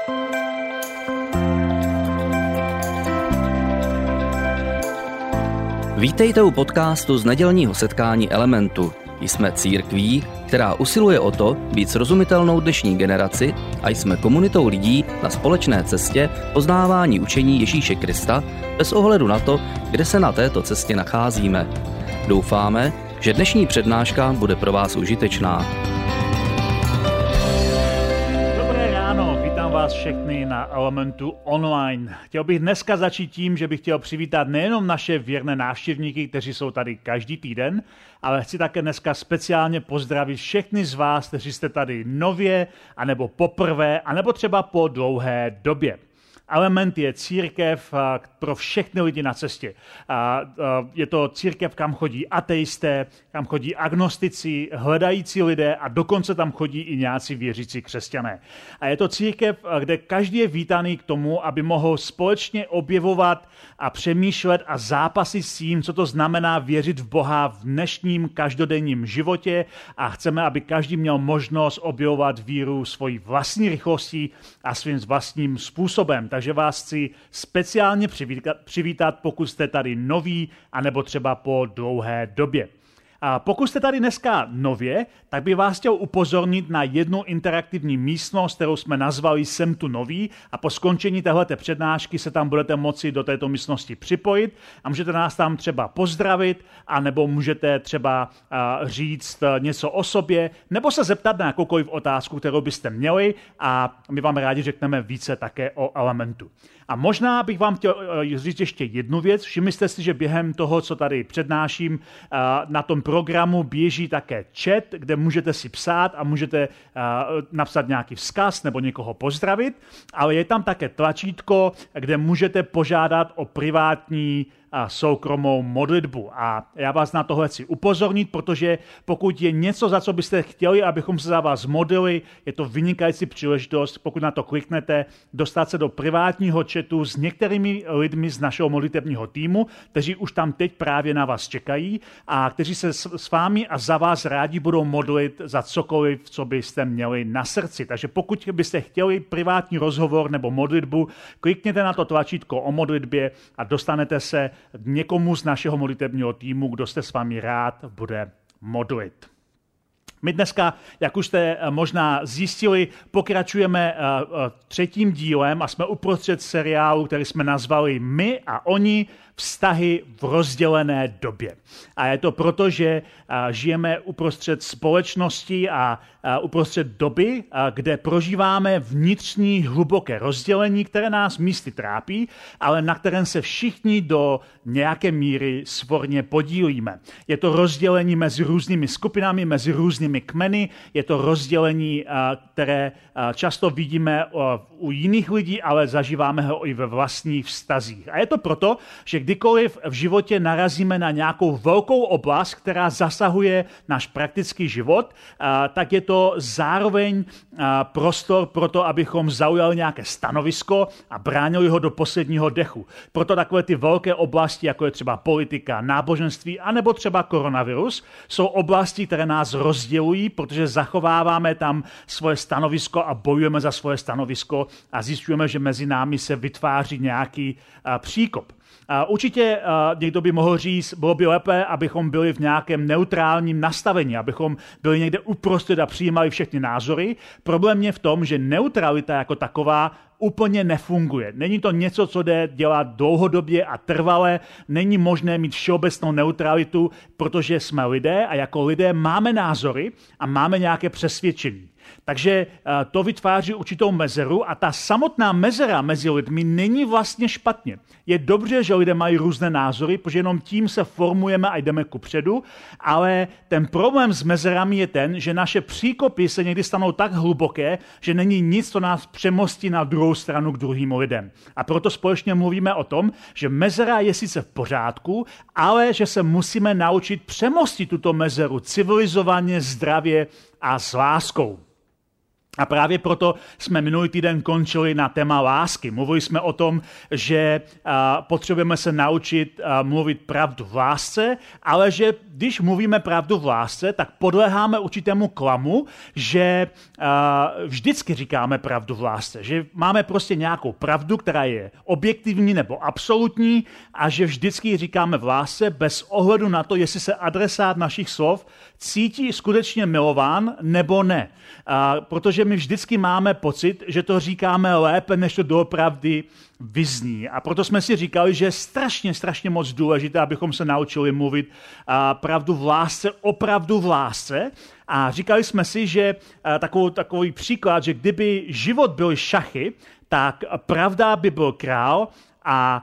Vítejte u podcastu z nedělního setkání Elementu. Jsme církví, která usiluje o to být srozumitelnou dnešní generaci a jsme komunitou lidí na společné cestě poznávání učení Ježíše Krista bez ohledu na to, kde se na této cestě nacházíme. Doufáme, že dnešní přednáška bude pro vás užitečná. Vítám vás všechny na Elementu online. Chtěl bych dneska začít tím, že bych chtěl přivítat nejenom naše věrné návštěvníky, kteří jsou tady každý týden, ale chci také dneska speciálně pozdravit všechny z vás, kteří jste tady nově, anebo poprvé, anebo třeba po dlouhé době. Element je církev pro všechny lidi na cestě. Je to církev, kam chodí ateisté, kam chodí agnostici, hledající lidé a dokonce tam chodí i nějací věřící křesťané. A je to církev, kde každý je vítaný k tomu, aby mohl společně objevovat a přemýšlet a zápasit s tím, co to znamená věřit v Boha v dnešním každodenním životě, a chceme, aby každý měl možnost objevovat víru svojí vlastní rychlostí a svým vlastním způsobem. Takže vás chci speciálně přivítat, pokud jste tady noví, anebo třeba po dlouhé době. A pokud jste tady dneska nově, tak bych vás chtěl upozornit na jednu interaktivní místnost, kterou jsme nazvali Jsem tu nový, a po skončení téhleté přednášky se tam budete moci do této místnosti připojit a můžete nás tam třeba pozdravit, anebo můžete třeba říct něco o sobě, nebo se zeptat na jakoukoliv otázku, kterou byste měli, a my vám rádi řekneme více také o Elementu. A možná bych vám chtěl říct ještě jednu věc. Všimli jste si, že během toho, co tady přednáším, na tom programu běží také chat, kde můžete si psát a můžete napsat nějaký vzkaz nebo někoho pozdravit, ale je tam také tlačítko, kde můžete požádat o privátní a soukromou modlitbu. A já vás na tohle chci upozornit, protože pokud je něco, za co byste chtěli, abychom se za vás modlili, je to vynikající příležitost, pokud na to kliknete, dostat se do privátního chatu s některými lidmi z našeho modlitebního týmu, kteří už tam teď právě na vás čekají a kteří se s vámi a za vás rádi budou modlit za cokoliv, co byste měli na srdci. Takže pokud byste chtěli privátní rozhovor nebo modlitbu, klikněte na to tlačítko o modlitbě a dostanete se k někomu z našeho modlitebního týmu, kdo se s vámi rád bude modlit. My dneska, jak už jste možná zjistili, pokračujeme třetím dílem a jsme uprostřed seriálu, který jsme nazvali My a oni, vztahy v rozdělené době. A je to proto, že žijeme uprostřed společnosti a uprostřed doby, kde prožíváme vnitřní hluboké rozdělení, které nás místy trápí, ale na kterém se všichni do nějaké míry svorně podílíme. Je to rozdělení mezi různými skupinami, mezi různými kmeny, je to rozdělení, které často vidíme u jiných lidí, ale zažíváme ho i ve vlastních vztazích. A je to proto, že kdykoliv v životě narazíme na nějakou velkou oblast, která zasahuje náš praktický život, tak je to zároveň prostor pro to, abychom zaujali nějaké stanovisko a bránili ho do posledního dechu. Proto takové ty velké oblasti, jako je třeba politika, náboženství, anebo třeba koronavirus, jsou oblasti, které nás rozdělují, protože zachováváme tam svoje stanovisko a bojujeme za svoje stanovisko a zjišťujeme, že mezi námi se vytváří nějaký příkop. Určitě někdo by mohl říct, bylo by lépe, abychom byli v nějakém neutrálním nastavení, abychom byli někde uprostřed a přijímali všechny názory. Problém je v tom, že neutralita jako taková úplně nefunguje. Není to něco, co jde dělat dlouhodobě a trvale, není možné mít všeobecnou neutralitu, protože jsme lidé a jako lidé máme názory a máme nějaké přesvědčení. Takže to vytváří určitou mezeru a ta samotná mezera mezi lidmi není vlastně špatně. Je dobře, že lidé mají různé názory, protože jenom tím se formujeme a jdeme kupředu, ale ten problém s mezerami je ten, že naše příkopy se někdy stanou tak hluboké, že není nic, co nás přemostí na druhou stranu k druhým lidem. A proto společně mluvíme o tom, že mezera je sice v pořádku, ale že se musíme naučit přemostit tuto mezeru civilizovaně, zdravě a s láskou. A právě proto jsme minulý týden končili na téma lásky. Mluvili jsme o tom, že potřebujeme se naučit mluvit pravdu v lásce, ale že když mluvíme pravdu v lásce, tak podléháme určitému klamu, že vždycky říkáme pravdu v lásce. Že máme prostě nějakou pravdu, která je objektivní nebo absolutní a že vždycky ji říkáme v lásce bez ohledu na to, jestli se adresát našich slov cítí skutečně milován nebo ne. Protože my vždycky máme pocit, že to říkáme lépe, než to doopravdy vyzní. A proto jsme si říkali, že je strašně moc důležité, abychom se naučili mluvit pravdu v lásce, opravdu v lásce. A říkali jsme si, že takový příklad, že kdyby život byl šachy, tak pravda by byl král a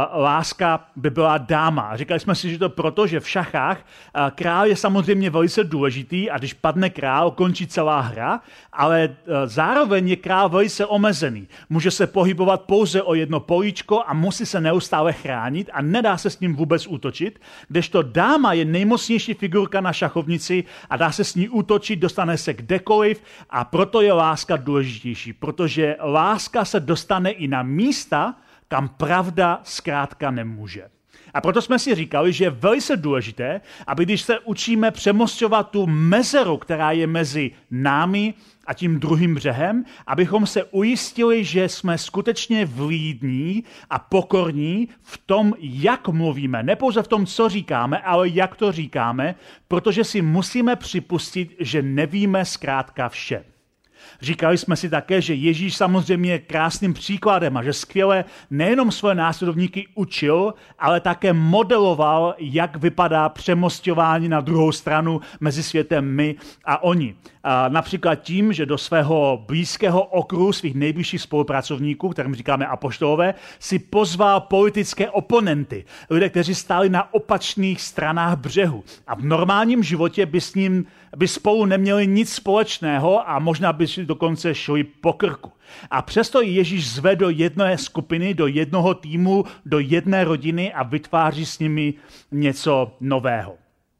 láska by byla dáma. Říkali jsme si, že to proto, že v šachách král je samozřejmě velice důležitý a když padne král, končí celá hra, ale zároveň je král velice omezený. Může se pohybovat pouze o jedno políčko a musí se neustále chránit a nedá se s ním vůbec útočit, kdežto dáma je nejmocnější figurka na šachovnici a dá se s ní útočit, dostane se kdekoliv a proto je láska důležitější, protože láska se dostane i na místa, kam pravda zkrátka nemůže. A proto jsme si říkali, že je velice důležité, aby když se učíme přemosťovat tu mezeru, která je mezi námi a tím druhým břehem, abychom se ujistili, že jsme skutečně vlídní a pokorní v tom, jak mluvíme. Ne pouze v tom, co říkáme, ale jak to říkáme, protože si musíme připustit, že nevíme zkrátka vše. Říkali jsme si také, že Ježíš samozřejmě je krásným příkladem a že skvěle nejenom svoje následovníky učil, ale také modeloval, jak vypadá přemosťování na druhou stranu mezi světem my a oni. Například tím, že do svého blízkého okruhu svých nejbližších spolupracovníků, kterým říkáme apoštolové, si pozval politické oponenty, lidé, kteří stáli na opačných stranách břehu. A v normálním životě by spolu neměli nic společného a možná by si dokonce šli po krku. A přesto Ježíš zve do jedné skupiny, do jednoho týmu, do jedné rodiny a vytváří s nimi něco nového.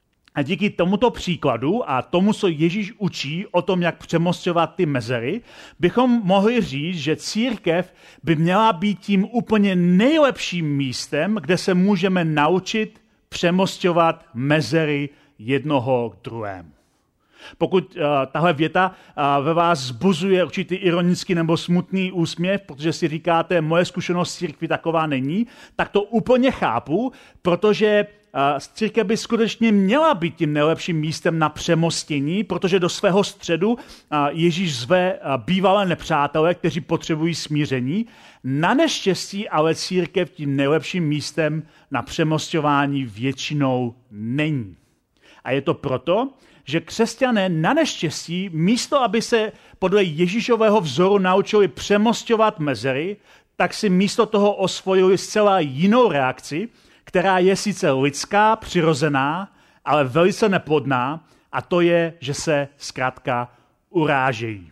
A díky tomuto příkladu a tomu, co Ježíš učí o tom, jak přemosťovat ty mezery, bychom mohli říct, že církev by měla být tím úplně nejlepším místem, kde se můžeme naučit přemosťovat mezery jednoho k druhému. Pokud tahle věta ve vás vzbuzuje určitý ironický nebo smutný úsměv, protože si říkáte, moje zkušenost s církví taková není, tak to úplně chápu, protože církev by skutečně měla být tím nejlepším místem na přemostění, protože do svého středu Ježíš zve bývalé nepřátelé, kteří potřebují smíření. Na neštěstí ale církev tím nejlepším místem na přemosťování většinou není. A je to proto, že křesťané na neštěstí, místo aby se podle Ježíšového vzoru naučili přemosťovat mezery, tak si místo toho osvojili zcela jinou reakci, která je sice lidská, přirozená, ale velice neplodná, a to je, že se zkrátka urážejí.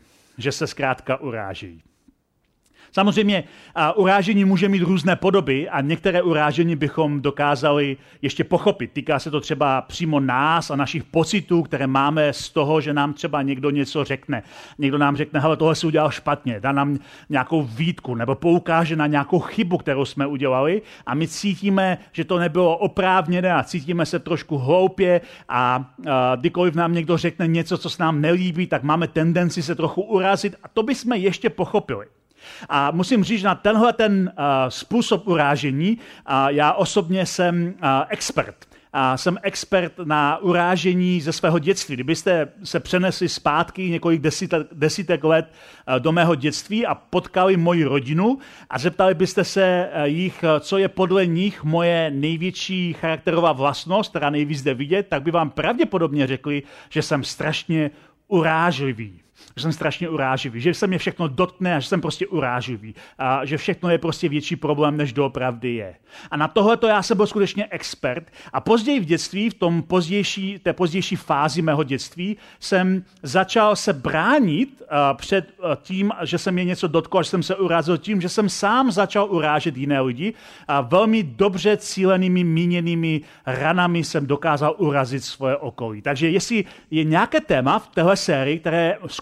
Samozřejmě urážení může mít různé podoby a některé urážení bychom dokázali ještě pochopit. Týká se to třeba přímo nás a našich pocitů, které máme z toho, že nám třeba někdo něco řekne. Někdo nám řekne, hele, tohle si udělal špatně, dá nám nějakou výtku nebo poukáže na nějakou chybu, kterou jsme udělali a my cítíme, že to nebylo oprávněné a cítíme se trošku hloupě a kdykoliv nám někdo řekne něco, co se nám nelíbí, tak máme tendenci se trochu urazit a to bychom ještě pochopili. A musím říct, na tenhle způsob urážení já osobně jsem expert. Jsem expert na urážení ze svého dětství. Kdybyste se přenesli zpátky několik desítek let do mého dětství a potkali moji rodinu a zeptali byste se jich, co je podle nich moje největší charakterová vlastnost, která nejvíc jde vidět, tak by vám pravděpodobně řekli, že jsem strašně urážlivý. Že se mě všechno dotkne a že jsem prostě urážlivý. A že všechno je prostě větší problém, než doopravdy je. A na tohleto já jsem byl skutečně expert. A později v dětství, v té pozdější fázi mého dětství, jsem začal se bránit před tím, že se mě něco dotklo, že jsem se urazil tím, že jsem sám začal urážet jiné lidi. A velmi dobře cílenými, míněnými ranami jsem dokázal urazit svoje okolí. Takže jestli je nějaké téma v téhle sérii, které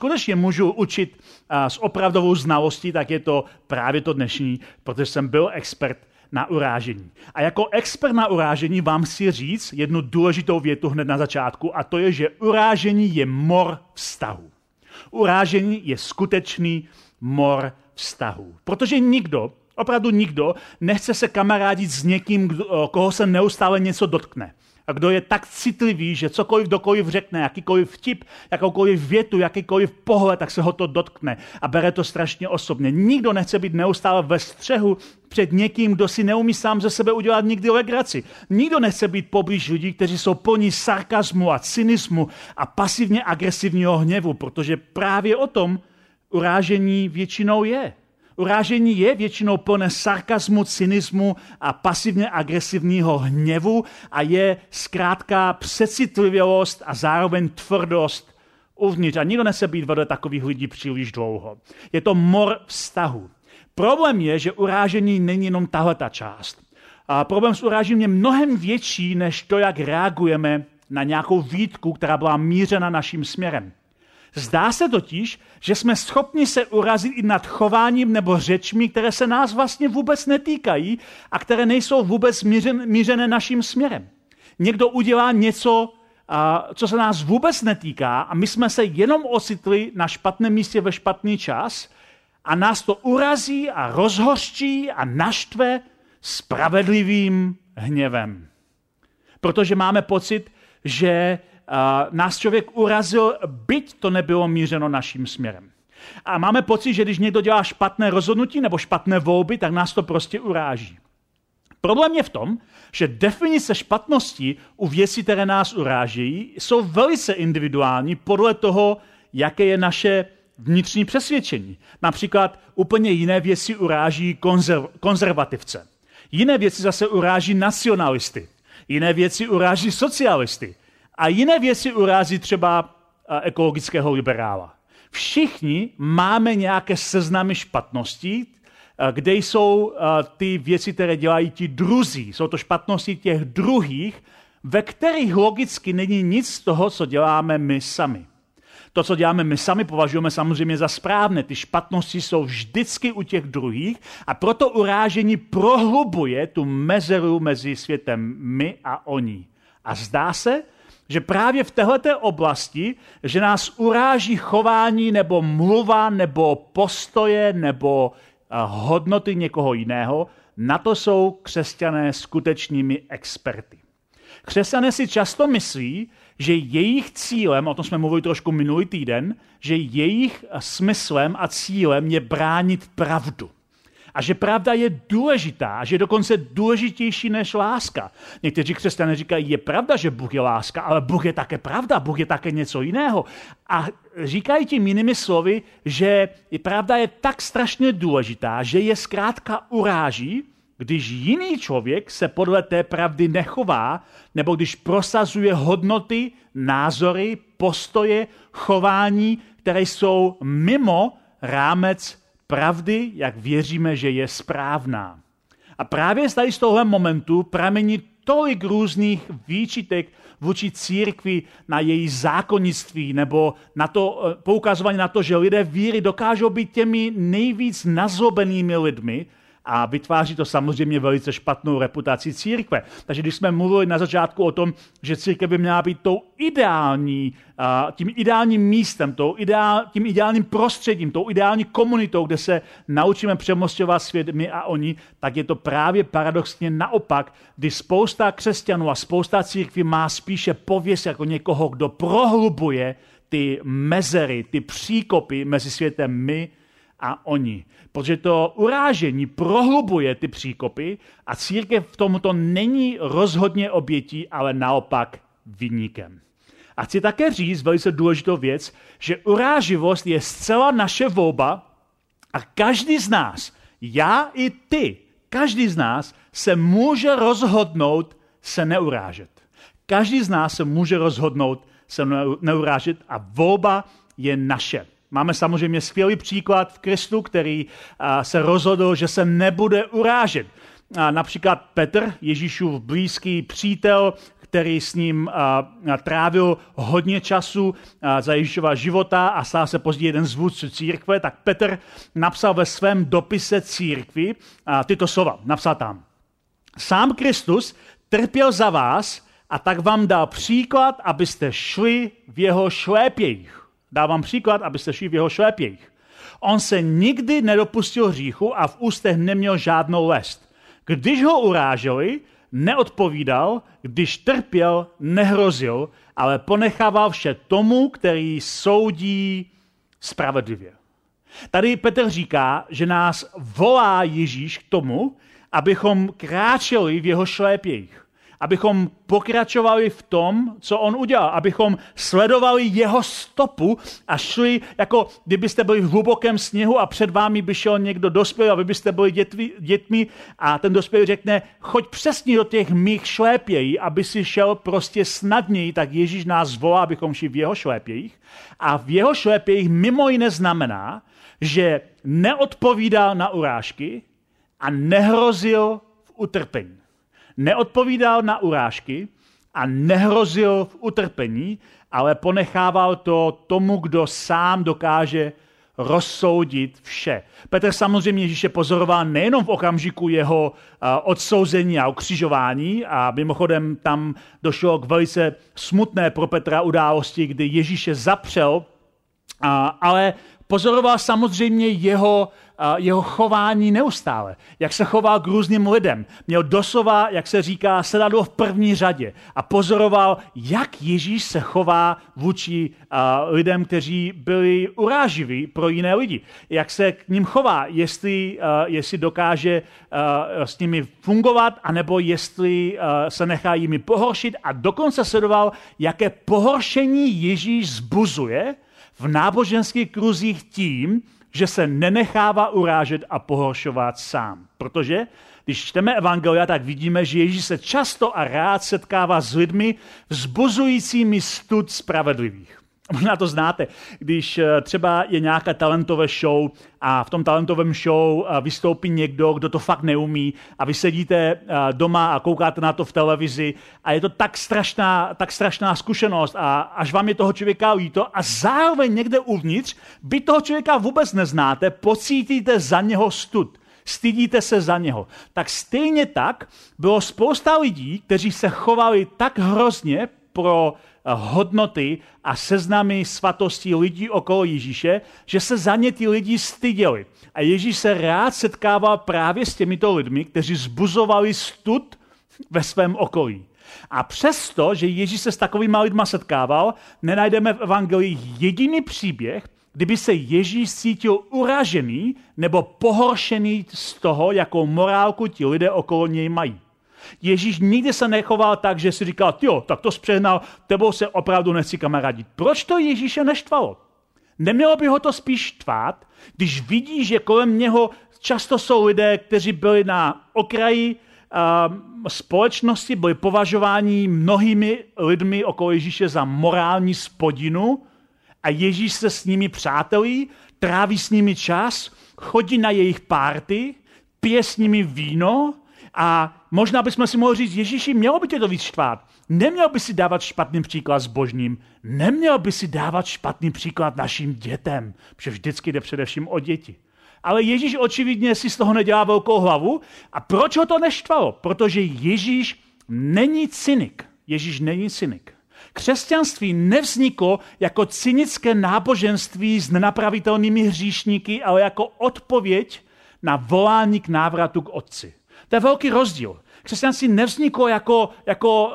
skutečně můžu učit s opravdovou znalostí, tak je to právě to dnešní, protože jsem byl expert na urážení. A jako expert na urážení vám chci říct jednu důležitou větu hned na začátku, a to je, že urážení je mor vztahu. Urážení je skutečný mor vztahu. Protože nikdo, opravdu nikdo, nechce se kamarádit s někým, koho se neustále něco dotkne. A kdo je tak citlivý, že cokoliv kdokoliv řekne, jakýkoliv vtip, jakoukoliv větu, jakýkoliv pohled, tak se ho to dotkne a bere to strašně osobně. Nikdo nechce být neustále ve střehu před někým, kdo si neumí sám ze sebe udělat nikdy legraci. Nikdo nechce být poblíž lidí, kteří jsou plní sarkazmu a cynismu a pasivně agresivního hněvu, protože právě o tom urážení většinou je. Urážení je většinou plné sarkazmu, cynismu a pasivně agresivního hněvu a je zkrátka přecitlivělost a zároveň tvrdost uvnitř. A nikdo nechce být vedle takových lidí příliš dlouho. Je to mor vztahu. Problém je, že urážení není jenom tahleta část. A problém s urážením je mnohem větší, než to, jak reagujeme na nějakou výtku, která byla mířena naším směrem. Zdá se totiž, že jsme schopni se urazit i nad chováním nebo řečmi, které se nás vlastně vůbec netýkají a které nejsou vůbec mířené naším směrem. Někdo udělá něco, co se nás vůbec netýká a my jsme se jenom ocitli na špatném místě ve špatný čas a nás to urazí a rozhořčí a naštve spravedlivým hněvem. Protože máme pocit, že nás člověk urazil, byť to nebylo mířeno naším směrem. A máme pocit, že když někdo dělá špatné rozhodnutí nebo špatné volby, tak nás to prostě uráží. Problém je v tom, že definice špatnosti u věcí, které nás urážejí, jsou velice individuální podle toho, jaké je naše vnitřní přesvědčení. Například úplně jiné věci uráží konzervativce. Jiné věci zase uráží nacionalisty. Jiné věci uráží socialisty. A jiné věci uráží třeba ekologického liberála. Všichni máme nějaké seznamy špatností, kde jsou ty věci, které dělají ti druzí. Jsou to špatnosti těch druhých, ve kterých logicky není nic z toho, co děláme my sami. To, co děláme my sami, považujeme samozřejmě za správné. Ty špatnosti jsou vždycky u těch druhých a proto urážení prohlubuje tu mezeru mezi světem my a oni. A zdá se, že právě v téhleté oblasti, že nás uráží chování nebo mluva nebo postoje nebo hodnoty někoho jiného, na to jsou křesťané skutečnými experty. Křesťané si často myslí, že jejich cílem, o tom jsme mluvili trošku minulý týden, že jejich smyslem a cílem je bránit pravdu. A že pravda je důležitá, že je dokonce důležitější než láska. Někteří křesťané říkají, je pravda, že Bůh je láska, ale Bůh je také pravda, Bůh je také něco jiného. A říkají tím jinými slovy, že pravda je tak strašně důležitá, že je zkrátka uráží, když jiný člověk se podle té pravdy nechová, nebo když prosazuje hodnoty, názory, postoje, chování, které jsou mimo rámec pravdy, jak věříme, že je správná. A právě tady z tohle momentu pramení tolik různých výčitek vůči církvi na její zákonnictví nebo na to poukazování na to, že lidé víry dokážou být těmi nejvíc nazlobenými lidmi a vytváří to samozřejmě velice špatnou reputaci církve. Takže když jsme mluvili na začátku o tom, že církev by měla být tím ideálním místem, tím ideálním prostředím, tou ideální komunitou, kde se naučíme přemosťovat svět my a oni, tak je to právě paradoxně naopak, kdy spousta křesťanů a spousta církví má spíše pověst jako někoho, kdo prohlubuje ty mezery, ty příkopy mezi světem my a oni. Protože to urážení prohlubuje ty příkopy a církev v tomto není rozhodně obětí, ale naopak viníkem. A chci také říct velice důležitou věc, že uráživost je zcela naše volba a každý z nás, já i ty, každý z nás se může rozhodnout se neurážet. Každý z nás se může rozhodnout se neurážet a volba je naše. Máme samozřejmě skvělý příklad v Kristu, který se rozhodl, že se nebude urážet. Například Petr, Ježíšův blízký přítel, který s ním trávil hodně času za Ježíšova života a stal se později jeden z vůdců církve, tak Petr napsal ve svém dopise církvi tyto slova. Napsal tam: Sám Kristus trpěl za vás a tak vám dal příklad, abyste šli v jeho šlépějích. Dal vám příklad, abyste šli v jeho šlépějích. On se nikdy nedopustil hříchu a v ústech neměl žádnou lest. Když ho uráželi, neodpovídal, když trpěl, nehrozil, ale ponechával vše tomu, který soudí spravedlivě. Tady Petr říká, že nás volá Ježíš k tomu, abychom kráčeli v jeho šlépějích. Abychom pokračovali v tom, co on udělal. Abychom sledovali jeho stopu a šli, jako kdybyste byli v hlubokém sněhu a před vámi by šel někdo dospělý a vy byste byli dětmi a ten dospělý řekne, choď přesně do těch mých šlépějí, aby si šel prostě snadněji, tak Ježíš nás volá, abychom šli v jeho šlépějích. A v jeho šlépějích mimo jiné znamená, že neodpovídal na urážky a nehrozil v utrpení. Neodpovídal na urážky a nehrozil v utrpení, ale ponechával to tomu, kdo sám dokáže rozsoudit vše. Petr samozřejmě Ježíše pozoroval nejenom v okamžiku jeho odsouzení a ukřižování a mimochodem tam došlo k velice smutné pro Petra události, kdy Ježíše zapřel, ale pozoroval samozřejmě jeho chování neustále, jak se choval k různým lidem. Měl doslova, jak se říká, sedadlo v první řadě a pozoroval, jak Ježíš se chová vůči lidem, kteří byli uráživí pro jiné lidi. Jak se k ním chová, jestli dokáže s nimi fungovat, anebo jestli se nechá jimi pohoršit a dokonce sledoval, jaké pohoršení Ježíš zbuzuje v náboženských kruzích tím, že se nenechává urážet a pohoršovat sám. Protože když čteme evangelia, tak vidíme, že Ježíš se často a rád setkává s lidmi vzbuzujícími stud spravedlivých. Možná to znáte, když třeba je nějaká talentové show a v tom talentovém show vystoupí někdo, kdo to fakt neumí a vy sedíte doma a koukáte na to v televizi a je to tak strašná zkušenost a až vám je toho člověka líto a zároveň někde uvnitř, vy toho člověka vůbec neznáte, pocítíte za něho stud. Stydíte se za něho. Tak stejně tak bylo spousta lidí, kteří se chovali tak hrozně pro hodnoty a seznamy svatostí lidí okolo Ježíše, že se za ně ty lidi styděli. A Ježíš se rád setkával právě s těmito lidmi, kteří zbuzovali stud ve svém okolí. A přesto, že Ježíš se s takovýma lidma setkával, nenajdeme v evangelii jediný příběh, kdyby se Ježíš cítil uražený nebo pohoršený z toho, jakou morálku ti lidé okolo něj mají. Ježíš nikdy se nechoval tak, že si říkal, tak to zpřehnal, tebou se opravdu nechci kamarádit. Proč to Ježíše neštvalo? Nemělo by ho to spíš štvát, když vidí, že kolem něho často jsou lidé, kteří byli na okraji společnosti, byli považováni mnohými lidmi okolo Ježíše za morální spodinu a Ježíš se s nimi přátelí, tráví s nimi čas, chodí na jejich párty, pije s nimi víno. A možná bychom si mohli říct, Ježíši, mělo by tě to víc štvát. Neměl by si dávat špatný příklad zbožným. Neměl by si dávat špatný příklad našim dětem, protože vždycky jde především o děti. Ale Ježíš očividně si z toho nedělá velkou hlavu. A proč ho to neštvalo? Protože Ježíš není cynik. Ježíš není cynik. Křesťanství nevzniklo jako cynické náboženství s nenapravitelnými hříšníky, ale jako odpověď na volání k návratu k Otci. To je velký rozdíl. Křesťanství nevzniklo jako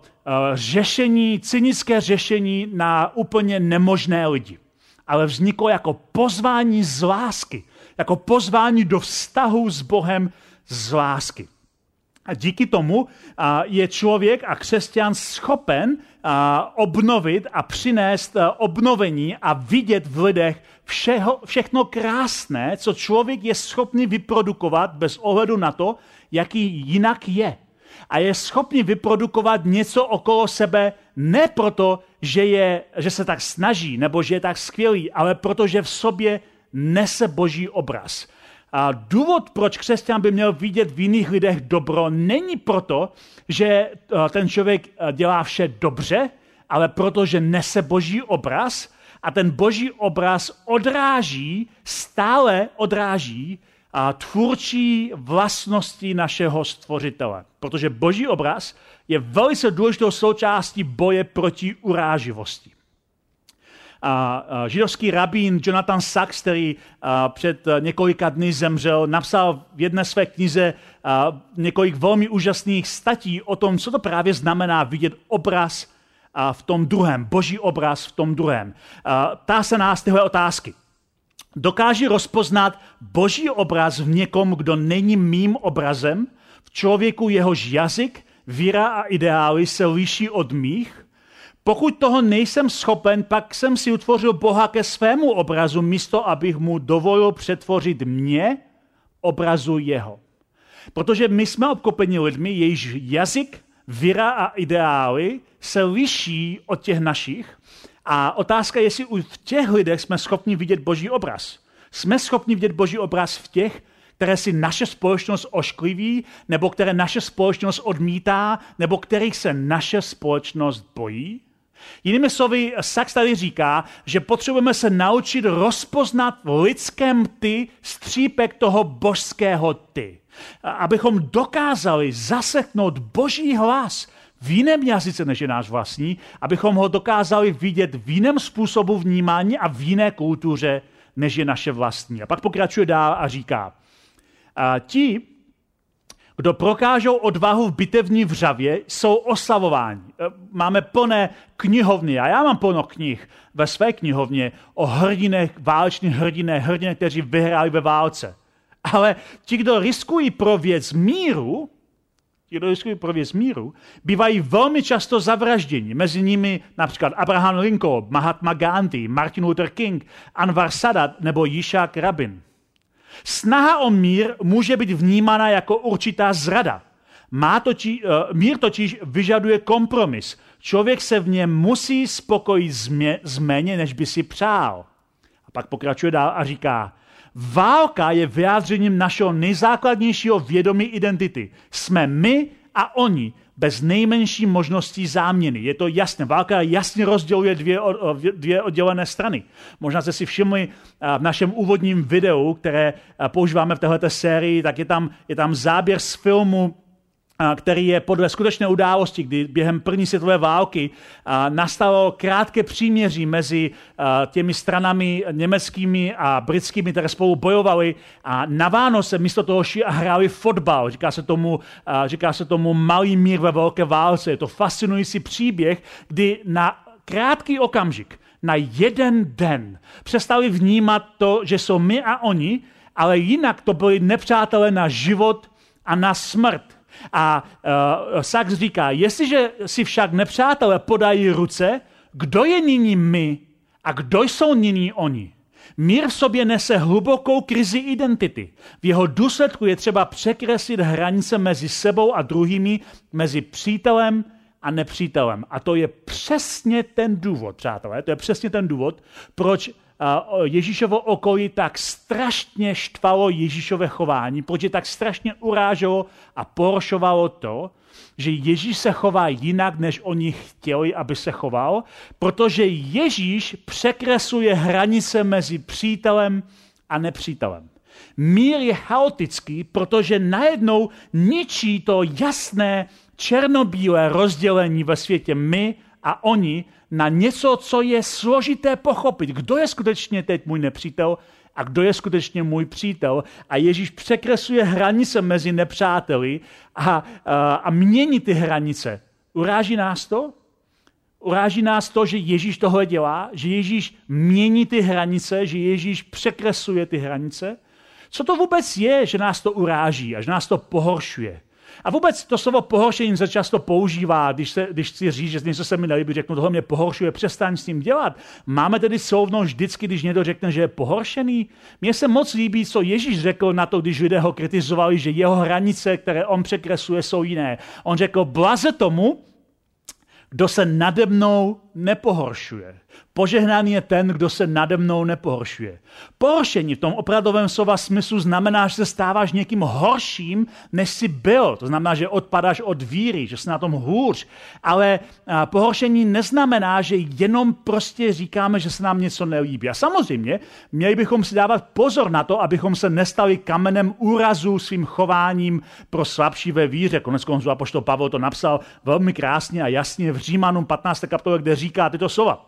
řešení, cynické řešení na úplně nemožné lidi, ale vzniklo jako pozvání z lásky, jako pozvání do vztahu s Bohem z lásky. A díky tomu je člověk a křesťan schopen obnovit a přinést obnovení a vidět v lidech všechno krásné, co člověk je schopný vyprodukovat bez ohledu na to, jaký jinak je. A je schopný vyprodukovat něco okolo sebe ne proto, že se tak snaží nebo že je tak skvělý, ale protože v sobě nese Boží obraz. A důvod, proč křesťan by měl vidět v jiných lidech dobro, není proto, že ten člověk dělá vše dobře, ale proto, že nese boží obraz a ten boží obraz stále odráží tvůrčí vlastnosti našeho stvořitele. Protože boží obraz je velice důležitou součástí boje proti uráživosti. Židovský rabín Jonathan Sacks, který před několika dny zemřel, napsal v jedné své knize několik velmi úžasných statí o tom, co to právě znamená vidět obraz v tom druhém, boží obraz v tom druhém. Ptá se nás tyhle otázky. Dokáže rozpoznat boží obraz v někom, kdo není mým obrazem, v člověku jehož jazyk, víra a ideály se liší od mých? Pokud toho nejsem schopen, pak jsem si utvořil Boha ke svému obrazu, místo abych mu dovolil přetvořit mě, obrazu jeho. Protože my jsme obklopeni lidmi, jejichž jazyk, víra a ideály se liší od těch našich. A otázka je, jestli v těch lidech jsme schopni vidět boží obraz. Jsme schopni vidět boží obraz v těch, které si naše společnost oškliví, nebo které naše společnost odmítá, nebo kterých se naše společnost bojí? Jinými slovy, Sacks tady říká, že potřebujeme se naučit rozpoznat v lidském ty střípek toho božského ty. Abychom dokázali zaseknout boží hlas v jiném jazyce, než je náš vlastní, abychom ho dokázali vidět v jiném způsobu vnímání a v jiné kultuře, než je naše vlastní. A pak pokračuje dál a říká, ti, kdo prokážou odvahu v bitevní vřavě, jsou oslavováni. Máme plné knihovny a já mám plno knih ve své knihovně o hrdinech, válečných hrdinech, kteří vyhráli ve válce. Ale ti, kdo riskují pro věc míru, bývají velmi často zavražděni. Mezi nimi například Abraham Lincoln, Mahatma Gandhi, Martin Luther King, Anwar Sadat nebo Yitzhak Rabin. Snaha o mír může být vnímána jako určitá zrada. Mír totiž vyžaduje kompromis. Člověk se v něm musí spokojit s méně, než by si přál. A pak pokračuje dál a říká, válka je vyjádřením našeho nejzákladnějšího vědomí identity. Jsme my a oni, bez nejmenší možností záměny. Je to jasné. Válka jasně rozděluje dvě oddělené strany. Možná jste si všimli v našem úvodním videu, které používáme v této sérii, tak je tam záběr z filmu, který je podle skutečné události, kdy během první světové války nastalo krátké příměří mezi těmi stranami německými a britskými, které spolu bojovali a na Vánoce místo toho hráli fotbal. Říká se tomu malý mír ve velké válce. Je to fascinující příběh, kdy na krátký okamžik, na jeden den přestali vnímat to, že jsou my a oni, ale jinak to byli nepřátelé na život a na smrt. A Sacks říká, jestliže si však nepřátelé podají ruce, kdo je nyní my a kdo jsou nyní oni? Mír v sobě nese hlubokou krizi identity. V jeho důsledku je třeba překreslit hranice mezi sebou a druhými, mezi přítelem a nepřítelem. A to je přesně ten důvod, přátelé, proč Ježíšovo okolí tak strašně štvalo Ježíšové chování, protože tak strašně uráželo a pohoršovalo to, že Ježíš se chová jinak, než oni chtěli, aby se choval, protože Ježíš překresluje hranice mezi přítelem a nepřítelem. Mír je chaotický, protože najednou ničí to jasné černobílé rozdělení ve světě my a oni na něco, co je složité pochopit. Kdo je skutečně teď můj nepřítel a kdo je skutečně můj přítel? A Ježíš překresluje hranice mezi nepřáteli a mění ty hranice. Uráží nás to? Uráží nás to, že Ježíš tohle dělá? Že Ježíš mění ty hranice? Že Ježíš překresluje ty hranice? Co to vůbec je, že nás to uráží a že nás to pohoršuje? A vůbec to slovo pohoršení se často používá, když chci říct, že něco se mi nelíbí, řeknu, tohle mě pohoršuje, přestaň s tím dělat. Máme tedy soudnost vždycky, když někdo řekne, že je pohoršený? Mně se moc líbí, co Ježíš řekl na to, když lidé ho kritizovali, že jeho hranice, které on překresluje, jsou jiné. On řekl, blaze tomu, kdo se nade mnou nepohoršuje. Požehnaný je ten, kdo se nade mnou nepohoršuje. Pohoršení v tom opravdovém slova smyslu znamená, že se stáváš někým horším, než jsi byl. To znamená, že odpadáš od víry, že jsi na tom hůř. Ale pohoršení neznamená, že jenom prostě říkáme, že se nám něco nelíbí. A samozřejmě, měli bychom si dávat pozor na to, abychom se nestali kamenem úrazu svým chováním pro slabší ve víře. Koneckonců apoštol Pavel to napsal velmi krásně a jasně v Římanům 15. kapitole, kde říká tyto slova.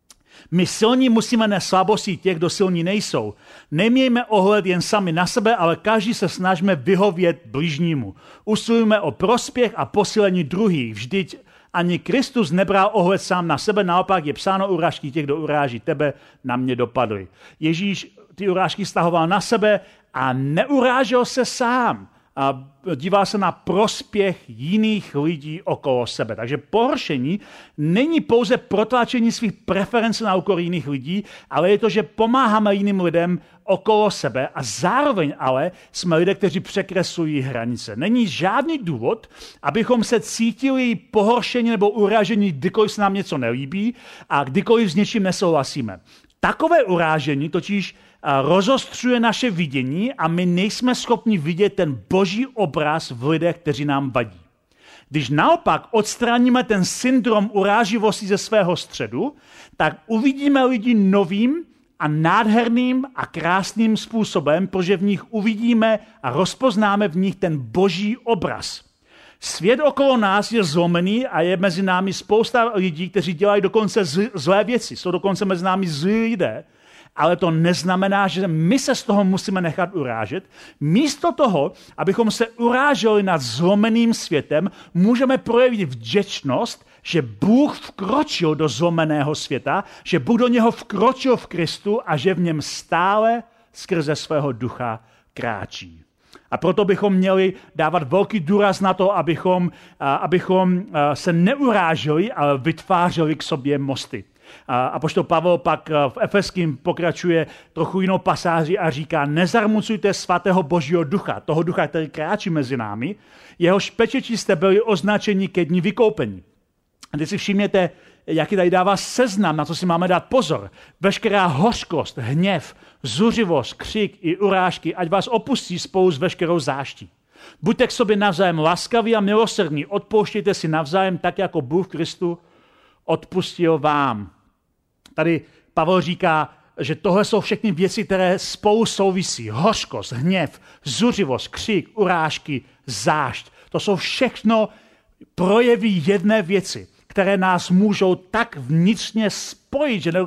My silní musíme nést slabosti těch, kdo silní nejsou. Nemějme ohled jen sami na sebe, ale každý se snažíme vyhovět bližnímu. Usilujme o prospěch a posílení druhých. Vždyť ani Kristus nebral ohled sám na sebe, naopak je psáno urážky těch, kdo uráží tebe, na mě dopadly. Ježíš ty urážky stahoval na sebe a neurážel se sám. A díval se na prospěch jiných lidí okolo sebe. Takže pohoršení není pouze protlačení svých preferencí na úkor jiných lidí, ale je to, že pomáháme jiným lidem okolo sebe a zároveň ale jsme lidé, kteří překreslují hranice. Není žádný důvod, abychom se cítili pohoršení nebo uražení, kdykoliv se nám něco nelíbí a kdykoliv s něčím nesouhlasíme. Takové urážení totiž rozostřuje naše vidění a my nejsme schopni vidět ten boží obraz v lidech, kteří nám vadí. Když naopak odstraníme ten syndrom uráživosti ze svého středu, tak uvidíme lidi novým a nádherným a krásným způsobem, protože v nich uvidíme a rozpoznáme v nich ten boží obraz. Svět okolo nás je zlomený a je mezi námi spousta lidí, kteří dělají dokonce zlé věci. Jsou dokonce mezi námi zlí lidé, ale to neznamená, že my se z toho musíme nechat urážet. Místo toho, abychom se uráželi nad zlomeným světem, můžeme projevit vděčnost, že Bůh vkročil do zlomeného světa, že Bůh do něho vkročil v Kristu a že v něm stále skrze svého ducha kráčí. A proto bychom měli dávat velký důraz na to, abychom se neuráželi, ale vytvářeli k sobě mosty. Apoštol Pavel pak v Efeským pokračuje trochu jinou pasáži a říká, nezarmucujte svatého božího ducha, toho ducha, který kráčí mezi námi, jehož pečeti jste byli označeni ke dni vykoupení. A teď si všimněte, jaký tady dává seznam, na co si máme dát pozor. Veškerá hořkost, hněv, zuřivost, křik i urážky, ať vás opustí spolu s veškerou záští. Buďte k sobě navzájem laskaví a milosrdní, odpouštějte si navzájem tak, jako Bůh v Kristu odpustil vám. Tady Pavel říká, že tohle jsou všechny věci, které spolu souvisí. Hořkost, hněv, zuřivost, křik, urážky, zášť. To jsou všechno projevy jedné věci, které nás můžou tak vnitřně spojit, že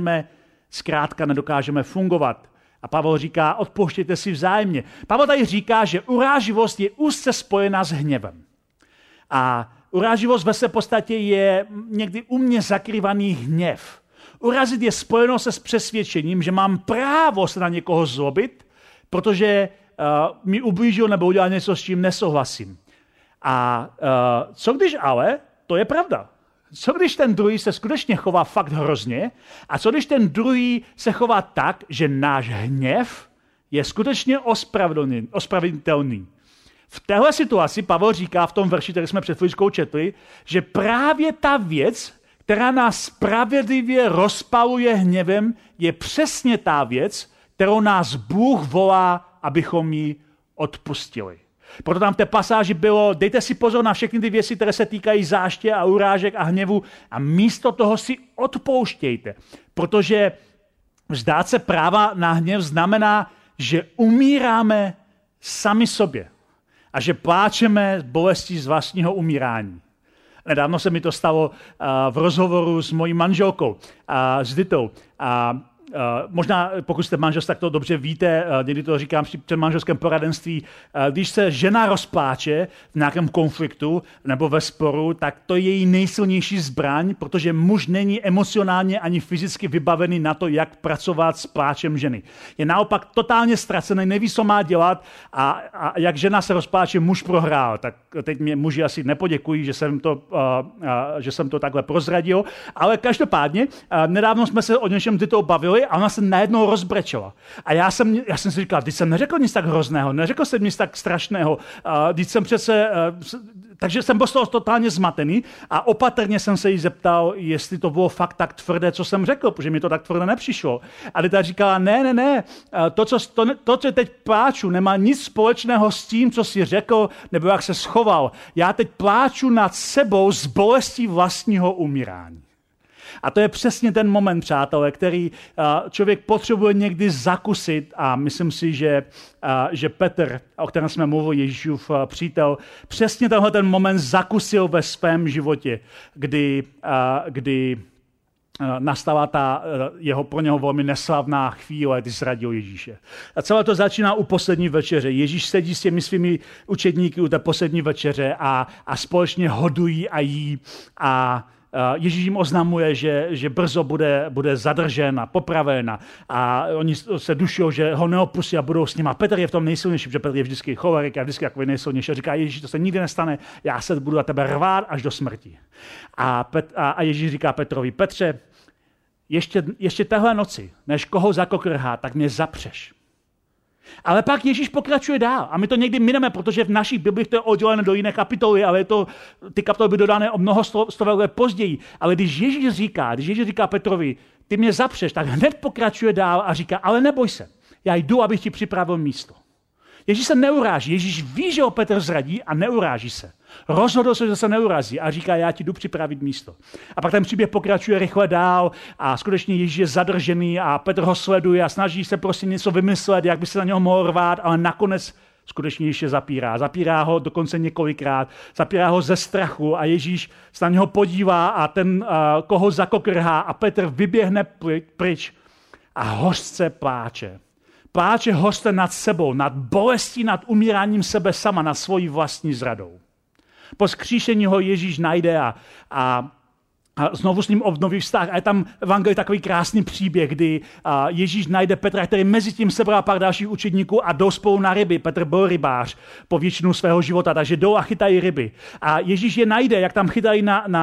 zkrátka nedokážeme fungovat. A Pavel říká, odpouštějte si vzájemně. Pavel tady říká, že uráživost je úzce spojená s hněvem. A uráživost ve své podstatě je někdy umně zakrývaný hněv. Urazit je spojeno se s přesvědčením, že mám právo se na někoho zlobit, protože mi ublížil nebo udělal něco, s čím nesouhlasím. A co když ale, to je pravda. Co když ten druhý se skutečně chová fakt hrozně a co když ten druhý se chová tak, že náš hněv je skutečně ospravedlnitelný. V téhle situaci Pavel říká v tom verši, který jsme před chvíličkou četli, že právě ta věc, která nás spravedlivě rozpaluje hněvem, je přesně ta věc, kterou nás Bůh volá, abychom ji odpustili. Proto tam v té pasáži bylo, dejte si pozor na všechny ty věci, které se týkají záště a urážek a hněvu a místo toho si odpouštějte. Protože vzdát se práva na hněv znamená, že umíráme sami sobě a že pláčeme bolestí z vlastního umírání. Nedávno se mi to stalo v rozhovoru s mojí manželkou, s Ditou. Možná, pokud jste manželství, tak to dobře víte, někdy to říkám při předmanželském poradenství, když se žena rozpláče v nějakém konfliktu nebo ve sporu, tak to je její nejsilnější zbraň, protože muž není emocionálně ani fyzicky vybavený na to, jak pracovat s pláčem ženy. Je naopak totálně ztracený, neví, co má dělat a jak žena se rozpláče, muž prohrál. Tak teď mě muži asi nepoděkují, že jsem to takhle prozradil, ale každopádně nedávno jsme se o něčem Ditou bavili Petrovi a ona se najednou rozbrečela. A já jsem si říkal, když jsem neřekl nic tak hrozného, neřekl jsem nic tak strašného, když jsem přece... Takže jsem byl z toho totálně zmatený a opatrně jsem se jí zeptal, jestli to bylo fakt tak tvrdé, co jsem řekl, protože mi to tak tvrdé nepřišlo. A ta říkala, ne, to, co teď pláču, nemá nic společného s tím, co jsi řekl, nebo jak se schoval. Já teď pláču nad sebou z bolestí vlastního umírání. A to je přesně ten moment, přátelé, který člověk potřebuje někdy zakusit a myslím si, že Petr, o kterém jsme mluvili, Ježíšův přítel, přesně tenhle ten moment zakusil ve svém životě, kdy nastala ta pro něho velmi neslavná chvíle, kdy zradil Ježíše. A celé to začíná u poslední večeře. Ježíš sedí s těmi svými učedníky u té poslední večeře a společně hodují a jí a Ježíš jim oznamuje, že brzo bude zadržen a popraven a oni se dušují, že ho neopustí a budou s ním. A Petr je v tom nejsilnější, protože Petr je vždycky cholerik a vždycky takový nejsilnější. A říká, Ježíš, to se nikdy nestane, já se budu na tebe rvát až do smrti. A Ježíš říká Petrovi, Petře, ještě téhle noci, než koho zakokrhá, tak mě zapřeš. Ale pak Ježíš pokračuje dál a my to někdy mineme, protože v našich Biblích to je oddělené do jiné kapitoly, ale ty kapitoly by dodané o mnoho stovek let později. Ale když Ježíš říká Petrovi, ty mě zapřeš, tak hned pokračuje dál a říká, ale neboj se, já jdu, abych ti připravil místo. Ježíš se neuráží, Ježíš ví, že ho Petr zradí a neuráží se. Rozhodl se, že se neurazí a říká, já ti jdu připravit místo. A pak ten příběh pokračuje rychle dál a skutečně Ježíš je zadržený a Petr ho sleduje a snaží se prostě něco vymyslet, jak by se na něho mohl rvát, ale nakonec skutečně Ježíš je zapírá. Zapírá ho dokonce několikrát, zapírá ho ze strachu a Ježíš se na něho podívá a ten, koho zakokrhá a Petr vyběhne pryč a hořce pláče. Pláče hořce nad sebou, nad bolestí, nad umíráním sebe sama, nad svojí vlastní zradou. Po vzkříšení ho Ježíš najde a znovu s ním obnoví vztah. A je tam v Evangelii takový krásný příběh, kdy Ježíš najde Petra, který mezi tím sebral pár dalších učedníků a jdou spolu na ryby. Petr byl rybář po většinu svého života, takže jdou a chytají ryby. A Ježíš je najde, jak tam chytají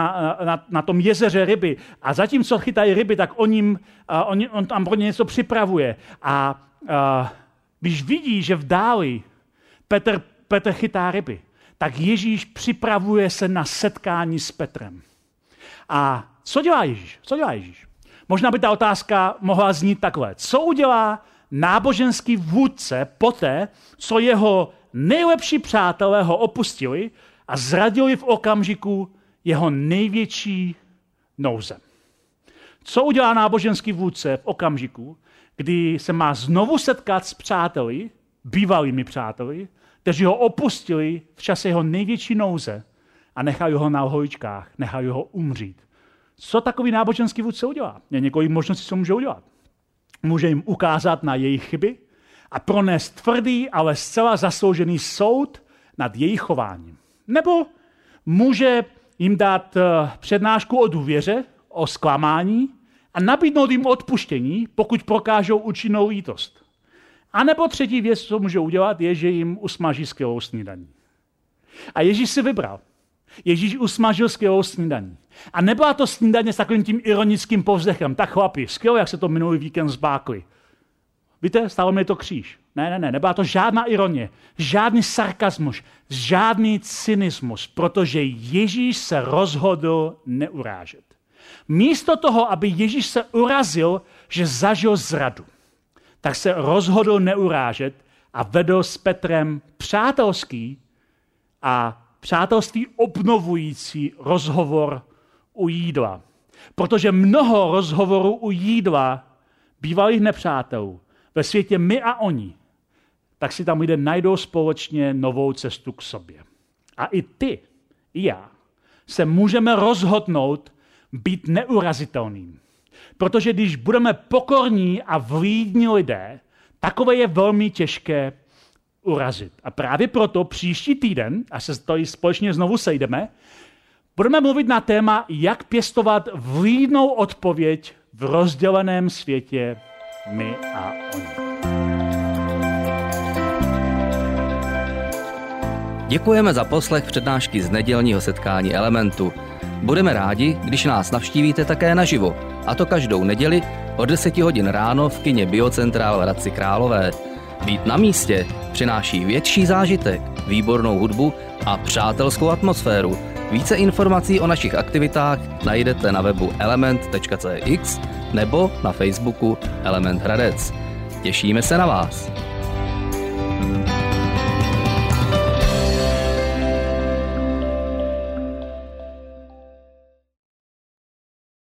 na tom jezeře ryby. A zatímco chytají ryby, tak on tam pro ně něco připravuje. A když vidí, že v dáli Petr chytá ryby, tak Ježíš připravuje se na setkání s Petrem. A co dělá Ježíš? Možná by ta otázka mohla znít takhle. Co udělá náboženský vůdce poté, co jeho nejlepší přátelé ho opustili a zradili v okamžiku jeho největší nouze? Co udělá náboženský vůdce v okamžiku, kdy se má znovu setkat s přáteli, bývalými přáteli, kteří ho opustili v čase jeho největší nouze a nechají ho na holičkách, nechají ho umřít. Co takový náboženský vůdce udělá? Je několik možností, co může udělat. Může jim ukázat na jejich chyby a pronést tvrdý, ale zcela zasloužený soud nad jejich chováním. Nebo může jim dát přednášku o důvěře, o zklamání a nabídnout jim odpuštění, pokud prokážou účinnou lítost. A nebo třetí věc, co může udělat, je, že jim usmaží skvělou snídaní. A Ježíš si vybral. Ježíš usmažil skvělou snídaní. A nebyla to snídaně s takovým tím ironickým povzdechem. Tak chlapi, skvěle, jak se to minulý víkend zbákli. Víte, stálo mi to kříž. Ne, nebyla to žádná ironie, žádný sarkazmus, žádný cynismus, protože Ježíš se rozhodl neurážet. Místo toho, aby Ježíš se urazil, že zažil zradu, tak se rozhodl neurážet a vedl s Petrem přátelský a přátelství obnovující rozhovor u jídla. Protože mnoho rozhovorů u jídla bývalých nepřátelů ve světě my a oni, tak si tam lidé najdou společně novou cestu k sobě. A i ty, i já se můžeme rozhodnout být neurazitelným. Protože když budeme pokorní a vlídní lidé, takové je velmi těžké urazit. A právě proto příští týden, až se tady společně znovu sejdeme, budeme mluvit na téma, jak pěstovat vlídnou odpověď v rozděleném světě my a oni. Děkujeme za poslech přednášky z nedělního setkání Elementu. Budeme rádi, když nás navštívíte také naživo, a to každou neděli od 10 hodin ráno v kině Biocentrál v Hradci Králové. Být na místě přináší větší zážitek, výbornou hudbu a přátelskou atmosféru. Více informací o našich aktivitách najdete na webu element.cx nebo na Facebooku Element Hradec. Těšíme se na vás.